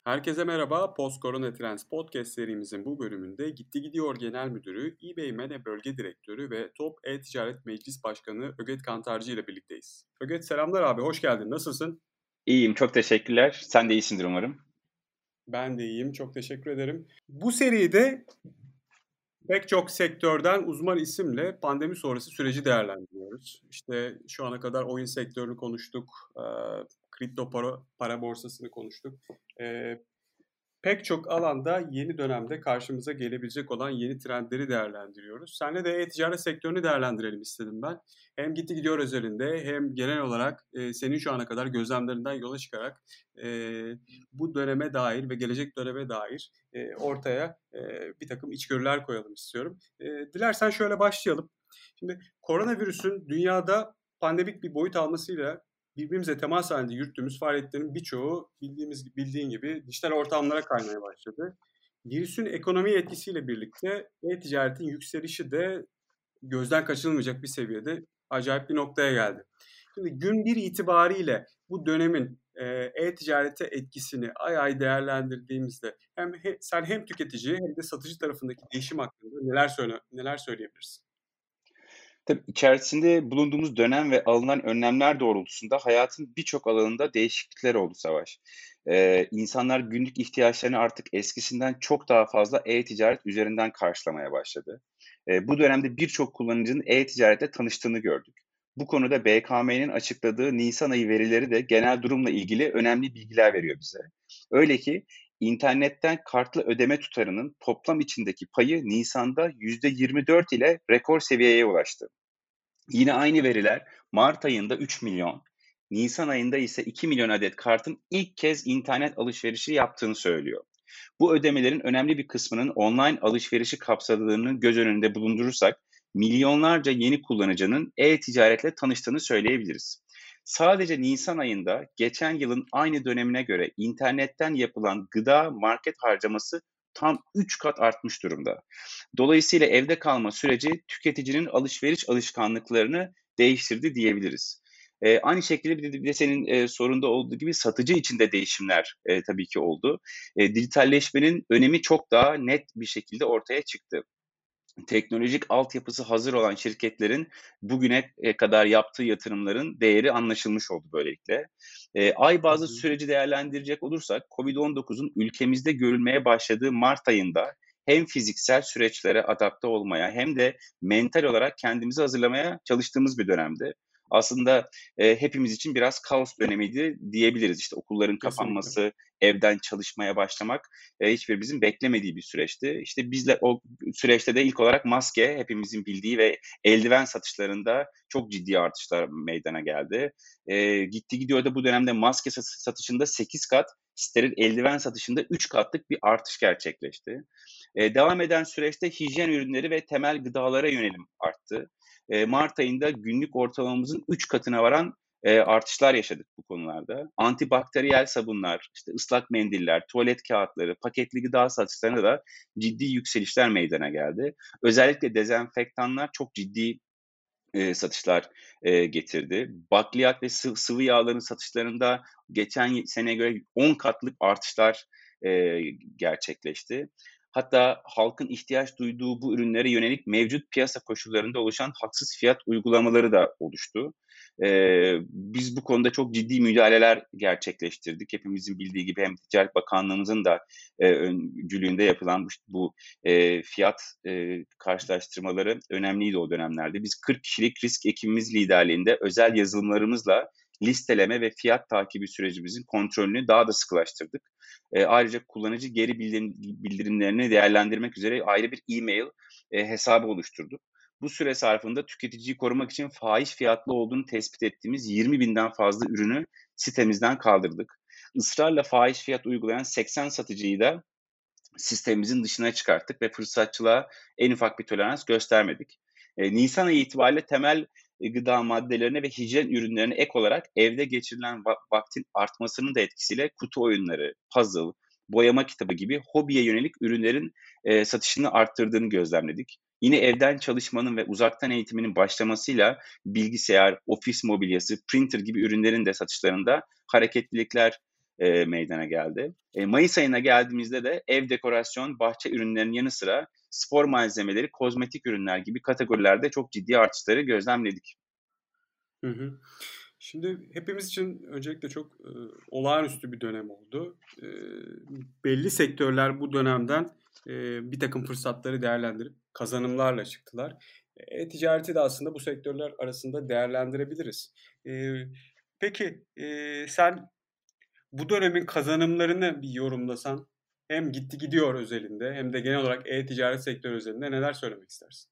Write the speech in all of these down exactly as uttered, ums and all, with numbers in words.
Herkese merhaba. Post Corona Trends Podcast serimizin bu bölümünde Gitti Gidiyor Genel Müdürü, eBay MENA Bölge Direktörü ve Top E-Ticaret Meclis Başkanı Öget Kantarcı ile birlikteyiz. Öget selamlar abi, hoş geldin. Nasılsın? İyiyim, çok teşekkürler. Sen de iyisindir umarım. Ben de iyiyim, çok teşekkür ederim. Bu seride pek çok sektörden uzman isimle pandemi sonrası süreci değerlendiriyoruz. İşte şu ana kadar oyun sektörünü konuştuk, e, kripto para, para borsasını konuştuk. E, Pek çok alanda yeni dönemde karşımıza gelebilecek olan yeni trendleri değerlendiriyoruz. Seninle de e-ticaret sektörünü değerlendirelim istedim ben. Hem Gitti Gidiyor özelinde hem genel olarak e, senin şu ana kadar gözlemlerinden yola çıkarak e, bu döneme dair ve gelecek döneme dair e, ortaya e, bir takım içgörüler koyalım istiyorum. E, dilersen şöyle başlayalım. Şimdi koronavirüsün dünyada pandemik bir boyut almasıyla birbirimize temas halinde yürüttüğümüz faaliyetlerin birçoğu bildiğimiz bildiğin gibi dijital ortamlara kaymaya başladı. Virüsün ekonomiye etkisiyle birlikte e-ticaretin yükselişi de gözden kaçırılmayacak bir seviyede acayip bir noktaya geldi. Şimdi gün bir itibariyle bu dönemin e, e-ticarete etkisini ay ay değerlendirdiğimizde hem he, sen hem tüketici hem de satıcı tarafındaki değişim hakkında neler söyle neler söyleyebilirsin? Tabii içerisinde bulunduğumuz dönem ve alınan önlemler doğrultusunda hayatın birçok alanında değişiklikler oldu Savaş. Eee, insanlar günlük ihtiyaçlarını artık eskisinden çok daha fazla e-ticaret üzerinden karşılamaya başladı. Eee, bu dönemde birçok kullanıcının e-ticaretle tanıştığını gördük. Bu konuda B K M'nin açıkladığı Nisan ayı verileri de genel durumla ilgili önemli bilgiler veriyor bize. Öyle ki internetten kartlı ödeme tutarının toplam içindeki payı Nisan'da yüzde yirmi dört ile rekor seviyeye ulaştı. Yine aynı veriler Mart ayında üç milyon, Nisan ayında ise iki milyon adet kartın ilk kez internet alışverişi yaptığını söylüyor. Bu ödemelerin önemli bir kısmının online alışverişi kapsadığını göz önünde bulundurursak, milyonlarca yeni kullanıcının e-ticaretle tanıştığını söyleyebiliriz. Sadece Nisan ayında geçen yılın aynı dönemine göre internetten yapılan gıda market harcaması tam üç kat artmış durumda. Dolayısıyla evde kalma süreci tüketicinin alışveriş alışkanlıklarını değiştirdi diyebiliriz. Eee, aynı şekilde bir de bir de senin, eee, sorunda olduğu gibi satıcı için de değişimler, eee, tabii ki oldu. Eee, dijitalleşmenin önemi çok daha net bir şekilde ortaya çıktı. Teknolojik altyapısı hazır olan şirketlerin bugüne e, kadar yaptığı yatırımların değeri anlaşılmış oldu böylelikle. Eee, ay Hı bazlı hı. süreci değerlendirecek olursak covid on dokuzun ülkemizde görülmeye başladığı Mart ayında hem fiziksel süreçlere adapte olmaya hem de mental olarak kendimizi hazırlamaya çalıştığımız bir dönemdi. Aslında, eee, hepimiz için biraz kaos dönemiydi diyebiliriz. İşte, okulların Kesinlikle. kapanması, evden çalışmaya başlamak, eee, hiçbirimizin beklemediği bir süreçti. İşte, biz de o süreçte de ilk olarak maske, hepimizin bildiği ve eldiven satışlarında çok ciddi artışlar meydana geldi. Eee, gitti gidiyor da bu dönemde maske sa satışında sekiz kat, steril eldiven satışında üç katlık bir artış gerçekleşti. Eee, devam eden süreçte hijyen ürünleri ve temel gıdalara yönelim arttı. Eee, Mart ayında günlük ortalamamızın üç katına varan, eee, artışlar yaşadık bu konularda. Antibakteriyel sabunlar, işte ıslak mendiller, tuvalet kağıtları, paketli gıda satışlarında da ciddi yükselişler meydana geldi. Özellikle dezenfektanlar çok ciddi, eee, satışlar, eee, getirdi. Bakliyat ve sı sıvı yağların satışlarında geçen y seneye göre on katlık artışlar, eee, gerçekleşti. Hatta halkın ihtiyaç duyduğu bu ürünlere yönelik mevcut piyasa koşullarında oluşan haksız fiyat uygulamaları da oluştu. Eee, biz bu konuda çok ciddi müdahaleler gerçekleştirdik. Hepimizin bildiği gibi hem Ticaret Bakanlığımızın da, eee, öncülüğünde yapılan buş bu, eee, fiyat, eee, karşılaştırmaları önemliydi o dönemlerde. Biz kırk kişilik risk ekibimiz liderliğinde özel yazılımlarımızla listeleme ve fiyat takibi sürecimizin kontrolünü daha da sıkılaştırdık. Eee, ayrıca kullanıcı geri bildirim bildirimlerini değerlendirmek üzere ayrı bir e-mail, eee, hesabı oluşturduk. Bu süre zarfında tüketiciyi korumak için fahiş fiyatlı olduğunu tespit ettiğimiz yirmi binden fazla ürünü sitemizden kaldırdık. Israrla fahiş fiyat uygulayan seksen satıcıyı da sistemimizin dışına çıkarttık ve fırsatçılığa en ufak bir tolerans göstermedik. Eee, nisan ayı itibariyle temel, eee, gıda maddelerine ve hijyen ürünlerine ek olarak evde geçirilen va vaktin artmasının da etkisiyle kutu oyunları, puzzle, boyama kitabı gibi hobiye yönelik ürünlerin, eee, satışını arttırdığını gözlemledik. Yine evden çalışmanın ve uzaktan eğitiminin başlamasıyla bilgisayar, ofis mobilyası, printer gibi ürünlerin de satışlarında hareketlilikler eee, meydana geldi. Eee, mayıs ayına geldiğimizde de ev dekorasyon, bahçe ürünlerinin yanı sıra spor malzemeleri, kozmetik ürünler gibi kategorilerde çok ciddi artışları gözlemledik. Hı hı. Şimdi hepimiz için öncelikle çok, ııı, olağanüstü bir dönem oldu. Eee, belli sektörler bu dönemden, eee, birtakım fırsatları değerlendirip kazanımlarla çıktılar. E-ticareti de aslında bu sektörler arasında değerlendirebiliriz. Eee, peki, eee, sen bu dönemin kazanımlarını bir yorumlasan hem Gitti Gidiyor özelinde hem de genel olarak e-ticaret sektörü özelinde neler söylemek istersin?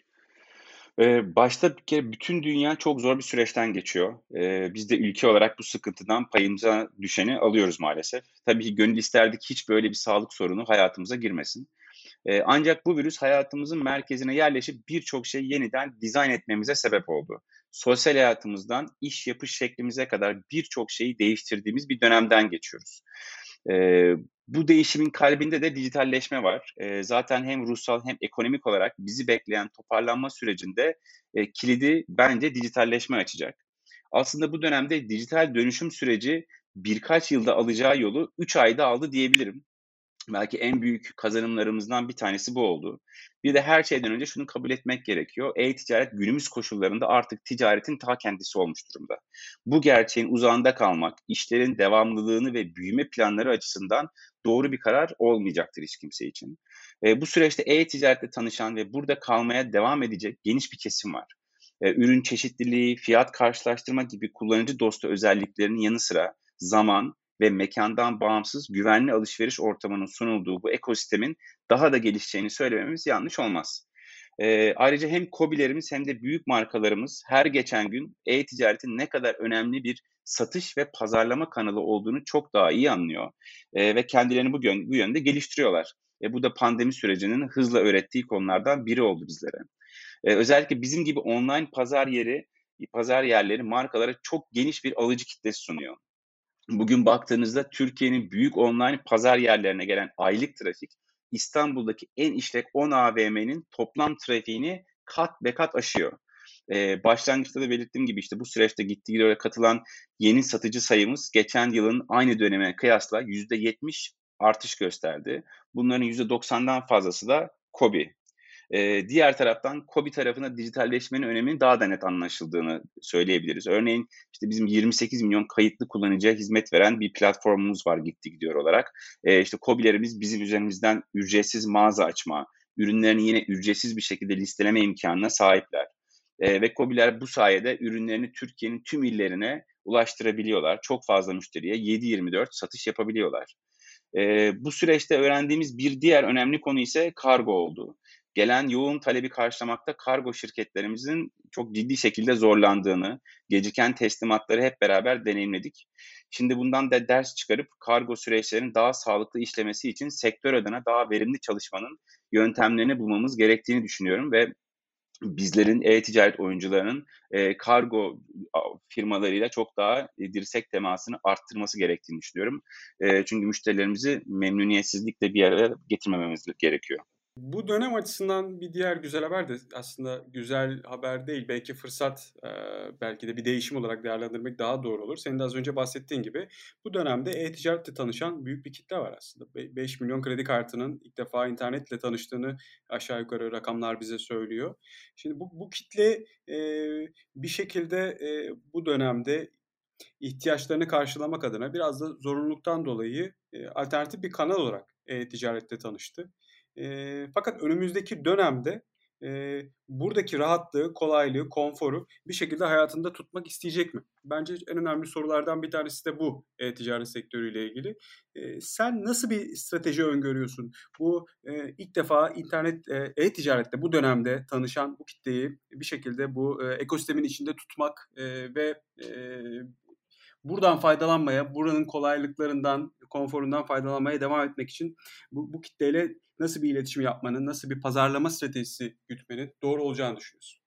Eee, başta bir kere bütün dünya çok zor bir süreçten geçiyor. Eee, biz de ülke olarak bu sıkıntıdan payımıza düşeni alıyoruz maalesef. Tabii ki gönül isterdik hiç böyle bir sağlık sorunu hayatımıza girmesin. Eee, ancak bu virüs hayatımızın merkezine yerleşip birçok şeyi yeniden dizayn etmemize sebep oldu. Sosyal hayatımızdan iş yapış şeklimize kadar birçok şeyi değiştirdiğimiz bir dönemden geçiyoruz. Eee, Bu değişimin kalbinde de dijitalleşme var. Eee, zaten hem ruhsal hem ekonomik olarak bizi bekleyen toparlanma sürecinde, eee, kilidi bence dijitalleşme açacak. Aslında bu dönemde dijital dönüşüm süreci birkaç yılda alacağı yolu üç ayda aldı diyebilirim. Belki en büyük kazanımlarımızdan bir tanesi bu oldu. Bir de her şeyden önce şunu kabul etmek gerekiyor. E-ticaret günümüz koşullarında artık ticaretin ta kendisi olmuş durumda. Bu gerçeğin uzağında kalmak, işlerin devamlılığını ve büyüme planları açısından doğru bir karar olmayacaktır hiç kimse için. Eee, bu süreçte e-ticaretle tanışan ve burada kalmaya devam edecek geniş bir kesim var. Eee, ürün çeşitliliği, fiyat karşılaştırma gibi kullanıcı dostu özelliklerinin yanı sıra zaman ve mekândan bağımsız güvenli alışveriş ortamının sunulduğu bu ekosistemin daha da gelişeceğini söylememiz yanlış olmaz. Eee, ayrıca hem KOBİ'lerimiz hem de büyük markalarımız her geçen gün e-ticaretin ne kadar önemli bir satış ve pazarlama kanalı olduğunu çok daha iyi anlıyor, eee, ve kendilerini bu yön bu yönde geliştiriyorlar. E, bu da pandemi sürecinin hızla öğrettiği konulardan biri oldu bizlere. Eee, özellikle bizim gibi online pazar yeri pazar yerleri markalara çok geniş bir alıcı kitlesi sunuyor. Bugün baktığınızda Türkiye'nin büyük online pazar yerlerine gelen aylık trafik, İstanbul'daki en işlek on A V M'nin toplam trafiğini kat be kat aşıyor. Eee, başlangıçta da belirttiğim gibi, işte, bu süreçte Gitti Gidiyor'a katılan yeni satıcı sayımız geçen yılın aynı dönemine kıyasla yüzde yetmiş artış gösterdi. Bunların yüzde doksandan fazlası da KOBİ. Eee, diğer taraftan KOBİ tarafında dijitalleşmenin öneminin daha da net anlaşıldığını söyleyebiliriz. Örneğin, işte, bizim yirmi sekiz milyon kayıtlı kullanıcıya hizmet veren bir platformumuz var Gitti Gidiyor olarak. Eee, işte, KOBİ'lerimiz bizim üzerimizden ücretsiz mağaza açma, ürünlerini yine ücretsiz bir şekilde listeleme imkânına sahipler. Eee, ve KOBİ'ler bu sayede ürünlerini Türkiye'nin tüm illerine ulaştırabiliyorlar. Çok fazla müşteriye yedi yirmi dört satış yapabiliyorlar. Eee, bu süreçte öğrendiğimiz bir diğer önemli konu ise kargo oldu. Gelen yoğun talebi karşılamakta kargo şirketlerimizin çok ciddi şekilde zorlandığını, geciken teslimatları hep beraber deneyimledik. Şimdi bundan da ders çıkarıp kargo süreçlerinin daha sağlıklı işlemesi için sektör adına daha verimli çalışmanın yöntemlerini bulmamız gerektiğini düşünüyorum ve bizlerin, e-ticaret oyuncularının, eee, kargo a firmalarıyla çok daha, eee, dirsek temasını arttırması gerektiğini düşünüyorum. Eee, çünkü müşterilerimizi memnuniyetsizlikle bir araya getirmememiz gerekiyor. Bu dönem açısından bir diğer güzel haber de aslında güzel haber değil, belki fırsat, eee, belki de bir değişim olarak değerlendirmek daha doğru olur. Senin de az önce bahsettiğin gibi bu dönemde e-ticaretle tanışan büyük bir kitle var aslında. Be beş milyon kredi kartının ilk defa internetle tanıştığını aşağı yukarı rakamlar bize söylüyor. Şimdi bu bu kitle, eee, bir şekilde, eee, bu dönemde ihtiyaçlarını karşılamak adına biraz da zorunluluktan dolayı, eee, alternatif bir kanal olarak e-ticaretle tanıştı. Eee, fakat önümüzdeki dönemde, eee, buradaki rahatlığı, kolaylığı, konforu bir şekilde hayatında tutmak isteyecek mi? Bence en önemli sorulardan bir tanesi de bu e-ticaret sektörüyle ilgili. Eee, sen nasıl bir strateji öngörüyorsun? Bu, eee, ilk defa internet, eee, e-ticarette bu dönemde tanışan bu kitleyi bir şekilde bu, eee, ekosistemin içinde tutmak, eee, ve, eee, buradan faydalanmaya, buranın kolaylıklarından, konforundan faydalanmaya devam etmek için bu bu kitleyle nasıl bir iletişim yapmanın, nasıl bir pazarlama stratejisi gütmenin doğru olacağını düşünüyorsun?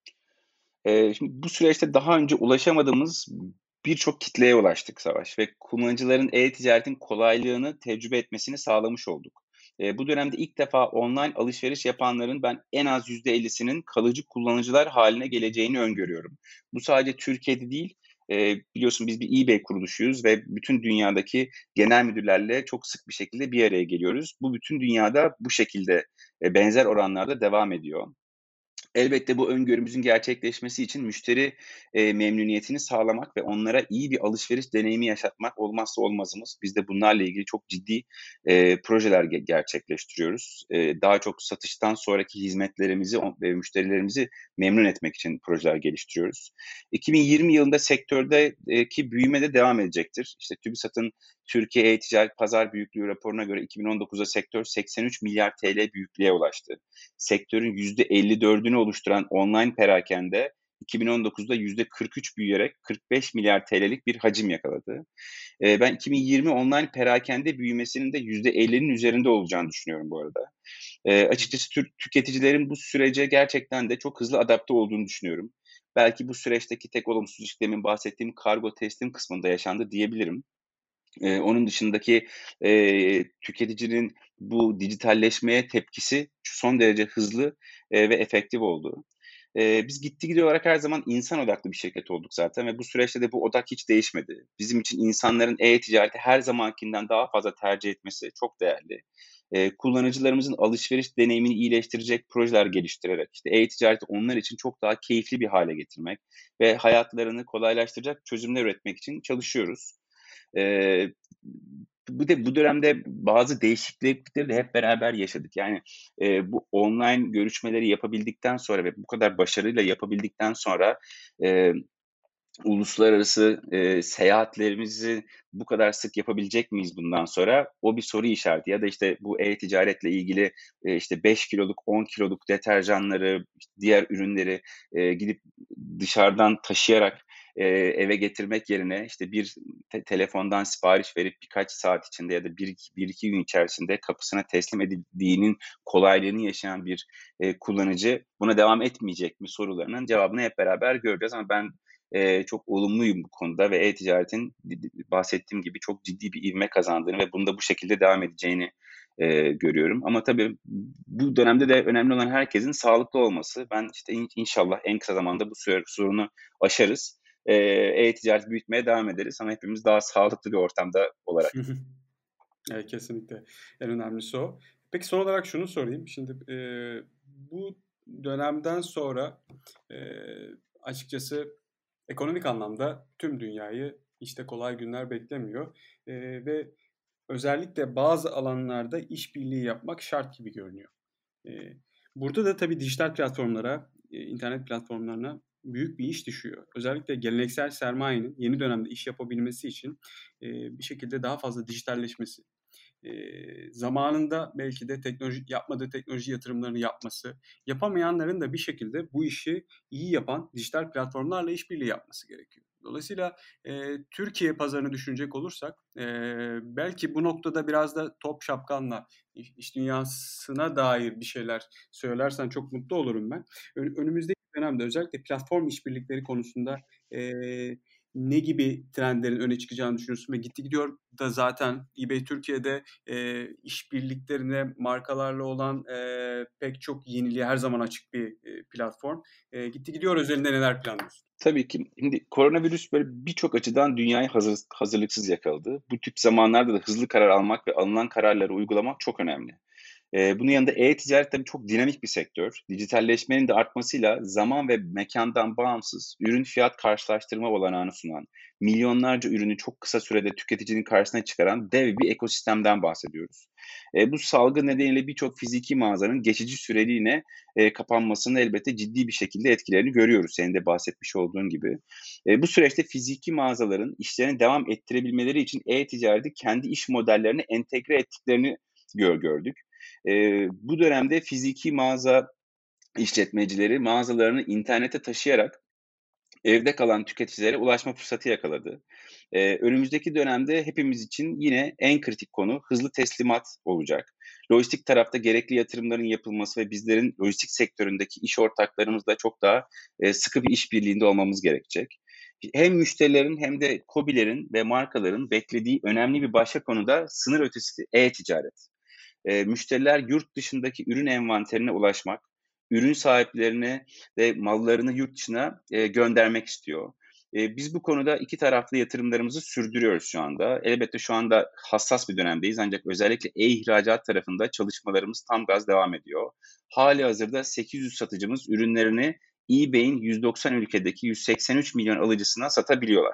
Eee, şimdi bu süreçte daha önce ulaşamadığımız birçok kitleye ulaştık Savaş ve kullanıcıların e-ticaretin kolaylığını tecrübe etmesini sağlamış olduk. Eee, bu dönemde ilk defa online alışveriş yapanların ben en az yüzde ellisinin kalıcı kullanıcılar haline geleceğini öngörüyorum. Bu sadece Türkiye'de değil, Eee, biliyorsun biz bir eBay kuruluşuyuz ve bütün dünyadaki genel müdürlerle çok sık bir şekilde bir araya geliyoruz. Bu bütün dünyada bu şekilde, eee, benzer oranlarda devam ediyor. Elbette bu öngörümüzün gerçekleşmesi için müşteri, eee, memnuniyetini sağlamak ve onlara iyi bir alışveriş deneyimi yaşatmak olmazsa olmazımız. Biz de bunlarla ilgili çok ciddi, eee, projeler ge gerçekleştiriyoruz. Eee, daha çok satıştan sonraki hizmetlerimizi on ve müşterilerimizi memnun etmek için projeler geliştiriyoruz. iki bin yirmi yılında sektördeki eee, büyüme de devam edecektir. İşte TÜBİSAD'ın Türkiye E-Ticaret Pazar Büyüklüğü raporuna göre iki bin on dokuzda sektör seksen üç milyar T L büyüklüğe ulaştı. Sektörün yüzde elli dördünü oluşturan online perakende iki bin on dokuzda yüzde kırk üç büyüyerek kırk beş milyar T L'lik bir hacim yakaladı. Eee, ben iki bin yirmi online perakende büyümesinin de yüzde ellinin üzerinde olacağını düşünüyorum bu arada. Eee, açıkçası Türk tüketicilerin bu sürece gerçekten de çok hızlı adapte olduğunu düşünüyorum. Belki bu süreçteki tek olumsuzluk demin bahsettiğim kargo teslim kısmında yaşandı diyebilirim. Eee, onun dışındaki, eee, tüketicinin bu dijitalleşmeye tepkisi son derece hızlı, eee, ve efektif oldu. Eee, biz Gitti Gidiyor olarak her zaman insan odaklı bir şirket olduk zaten ve bu süreçte de bu odak hiç değişmedi. Bizim için insanların e-ticareti her zamankinden daha fazla tercih etmesi çok değerli. Eee, kullanıcılarımızın alışveriş deneyimini iyileştirecek projeler geliştirerek, işte, e-ticareti onlar için çok daha keyifli bir hale getirmek ve hayatlarını kolaylaştıracak çözümler üretmek için çalışıyoruz. Eee, bu de bu dönemde bazı değişiklikleri de hep beraber yaşadık. Yani, eee, bu online görüşmeleri yapabildikten sonra ve bu kadar başarıyla yapabildikten sonra, eee, uluslararası, eee, seyahatlerimizi bu kadar sık yapabilecek miyiz bundan sonra? O bir soru işareti ya da, işte, bu e-ticaretle ilgili, eee, işte, beş kiloluk, on kiloluk deterjanları, işte, diğer ürünleri, eee, gidip dışarıdan taşıyarak, eee, eve getirmek yerine, işte, bir te telefondan sipariş verip birkaç saat içinde ya da bir iki bir iki gün içerisinde kapısına teslim edildiğinin kolaylığını yaşayan bir, eee, kullanıcı buna devam etmeyecek mi sorularının cevabını hep beraber göreceğiz ama ben Eee, çok olumluyum bu konuda ve e-ticaretin di di bahsettiğim gibi çok ciddi bir ivme kazandığını ve bunun da bu şekilde devam edeceğini, eee, görüyorum. Ama tabii bu dönemde de önemli olan herkesin sağlıklı olması. Ben, işte, in inşallah en kısa zamanda bu sö sorunu aşarız. Eee, e-ticareti büyütmeye devam ederiz ama hepimiz daha sağlıklı bir ortamda olarak. Evet, kesinlikle. En önemlisi o. Peki son olarak şunu sorayım. Şimdi, eee, bu dönemden sonra, eee, açıkçası ekonomik anlamda tüm dünyayı, işte, kolay günler beklemiyor, eee, ve özellikle bazı alanlarda işbirliği yapmak şart gibi görünüyor. Eee, burada da tabii dijital platformlara, eee, internet platformlarına büyük bir iş düşüyor. Özellikle geleneksel sermayenin yeni dönemde iş yapabilmesi için, eee, bir şekilde daha fazla dijitalleşmesi, eee, zamanında belki de teknoloji yapmadığı teknoloji yatırımlarını yapması, yapamayanların da bir şekilde bu işi iyi yapan dijital platformlarla işbirliği yapması gerekiyor. Dolayısıyla, eee, Türkiye pazarını düşünecek olursak, eee, belki bu noktada biraz da top şapkanla iş iş dünyasına dair bir şeyler söylersen çok mutlu olurum ben. Ö önümüzdeki dönemde özellikle platform işbirlikleri konusunda, eee, ne gibi trendlerin öne çıkacağını düşünüyorsun ve Gitti Gidiyor da zaten eBay Türkiye'de, eee, işbirliklerine markalarla olan, eee, pek çok yeniliğe her zaman açık bir, eee, platform. Eee, Gitti Gidiyor özelinde neler planlıyorsun? Tabii ki. Şimdi koronavirüs böyle birçok açıdan dünyayı hazır hazırlıksız yakaladı. Bu tip zamanlarda da hızlı karar almak ve alınan kararları uygulamak çok önemli. Eee, bunun yanında e-ticaret tabii çok dinamik bir sektör. Dijitalleşmenin de artmasıyla zaman ve mekândan bağımsız ürün fiyat karşılaştırma olanağını sunan, milyonlarca ürünü çok kısa sürede tüketicinin karşısına çıkaran dev bir ekosistemden bahsediyoruz. Eee, bu salgın nedeniyle birçok fiziki mağazanın geçici süreliğine, eee, kapanmasının elbette ciddi bir şekilde etkilerini görüyoruz, senin de bahsetmiş olduğun gibi. Eee, bu süreçte fiziki mağazaların işlerini devam ettirebilmeleri için e-ticareti kendi iş modellerine entegre ettiklerini gör gördük. Eee, bu dönemde fiziki mağaza işletmecileri mağazalarını internete taşıyarak evde kalan tüketicilere ulaşma fırsatı yakaladı. Eee, önümüzdeki dönemde hepimiz için yine en kritik konu hızlı teslimat olacak. Lojistik tarafta gerekli yatırımların yapılması ve bizlerin lojistik sektöründeki iş ortaklarımızla çok daha, eee, sıkı bir işbirliğinde olmamız gerekecek. Hem müşterilerin hem de KOBİ'lerin ve markaların beklediği önemli bir başka konu da sınır ötesi e-ticaret. Eee, müşteriler yurt dışındaki ürün envanterine ulaşmak, ürün sahiplerine ve mallarını yurt dışına, eee, göndermek istiyor. Eee, biz bu konuda iki taraflı yatırımlarımızı sürdürüyoruz şu anda. Elbette şu anda hassas bir dönemdeyiz ancak özellikle e-ihracat tarafında çalışmalarımız tam gaz devam ediyor. Hâlihazırda sekiz yüz satıcımız ürünlerini eBay'in yüz doksan ülkedeki yüz seksen üç milyon alıcısına satabiliyorlar.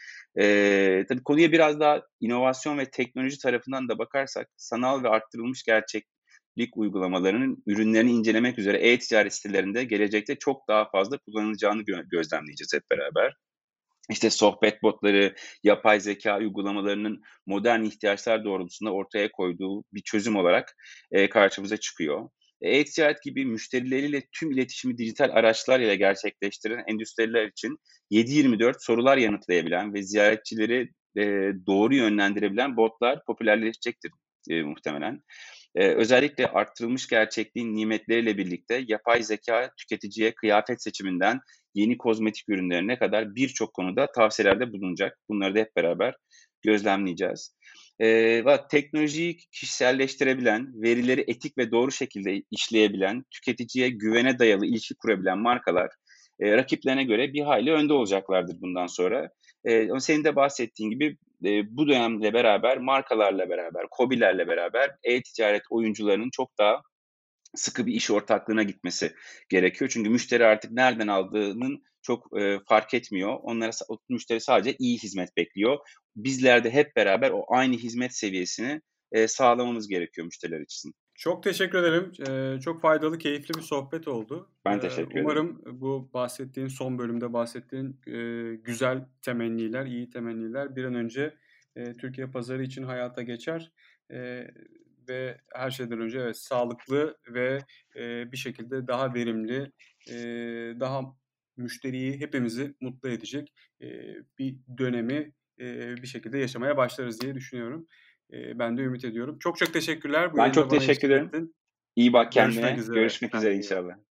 Eee, tabii konuya biraz daha inovasyon ve teknoloji tarafından da bakarsak, sanal ve arttırılmış gerçeklik uygulamalarının ürünlerini incelemek üzere e-ticaret sitelerinde gelecekte çok daha fazla kullanılacağını gö gözlemleyeceğiz hep beraber. İşte sohbet botları, yapay zekâ uygulamalarının modern ihtiyaçlar doğrultusunda ortaya koyduğu bir çözüm olarak, eee, karşımıza çıkıyor. E-ticaret gibi müşterileriyle tüm iletişimi dijital araçlar ile gerçekleştiren endüstriler için yedi yirmi dört sorular yanıtlayabilen ve ziyaretçileri, eee, doğru yönlendirebilen botlar popülerleşecektir, eee, muhtemelen. Eee, özellikle arttırılmış gerçekliğin nimetleriyle birlikte yapay zekâ tüketiciye kıyafet seçiminden yeni kozmetik ürünlerine kadar birçok konuda tavsiyelerde bulunacak. Bunları da hep beraber gözlemleyeceğiz. Eee, va teknolojiyi kişiselleştirebilen, verileri etik ve doğru şekilde işleyebilen, tüketiciye güvene dayalı ilişki kurabilen markalar, eee, rakiplerine göre bir hayli önde olacaklardır bundan sonra. Eee, ama senin de bahsettiğin gibi, eee, bu dönemle beraber, markalarla beraber, KOBİ'lerle beraber e-ticaret oyuncularının çok daha sıkı bir iş ortaklığına gitmesi gerekiyor. Çünkü müşteri artık nereden aldığının çok, eee, fark etmiyor. Onlara sa o müşteri sadece iyi hizmet bekliyor. Bizler de hep beraber o aynı hizmet seviyesini, eee, sağlamamız gerekiyor müşteriler açısından. Çok teşekkür ederim. Eee, çok faydalı, keyifli bir sohbet oldu. Ben Eee, teşekkür ederim. umarım bu bahsettiğin, son bölümde bahsettiğin, eee, güzel temenniler, iyi temenniler bir an önce, eee, Türkiye pazarı için hayata geçer, eee, ve her şeyden önce evet, sağlıklı ve, eee, bir şekilde daha verimli, eee, daha müşteriyi, hepimizi mutlu edecek, eee, bir dönemi, eee, bir şekilde yaşamaya başlarız diye düşünüyorum. Eee, ben de ümit ediyorum. Çok çok teşekkürler. Bu Ben yayında çok bana teşekkür eşlik ederim. ettin. İyi bak Görüşmek kendine. üzere. Görüşmek Sen de üzere iyi bak. inşallah.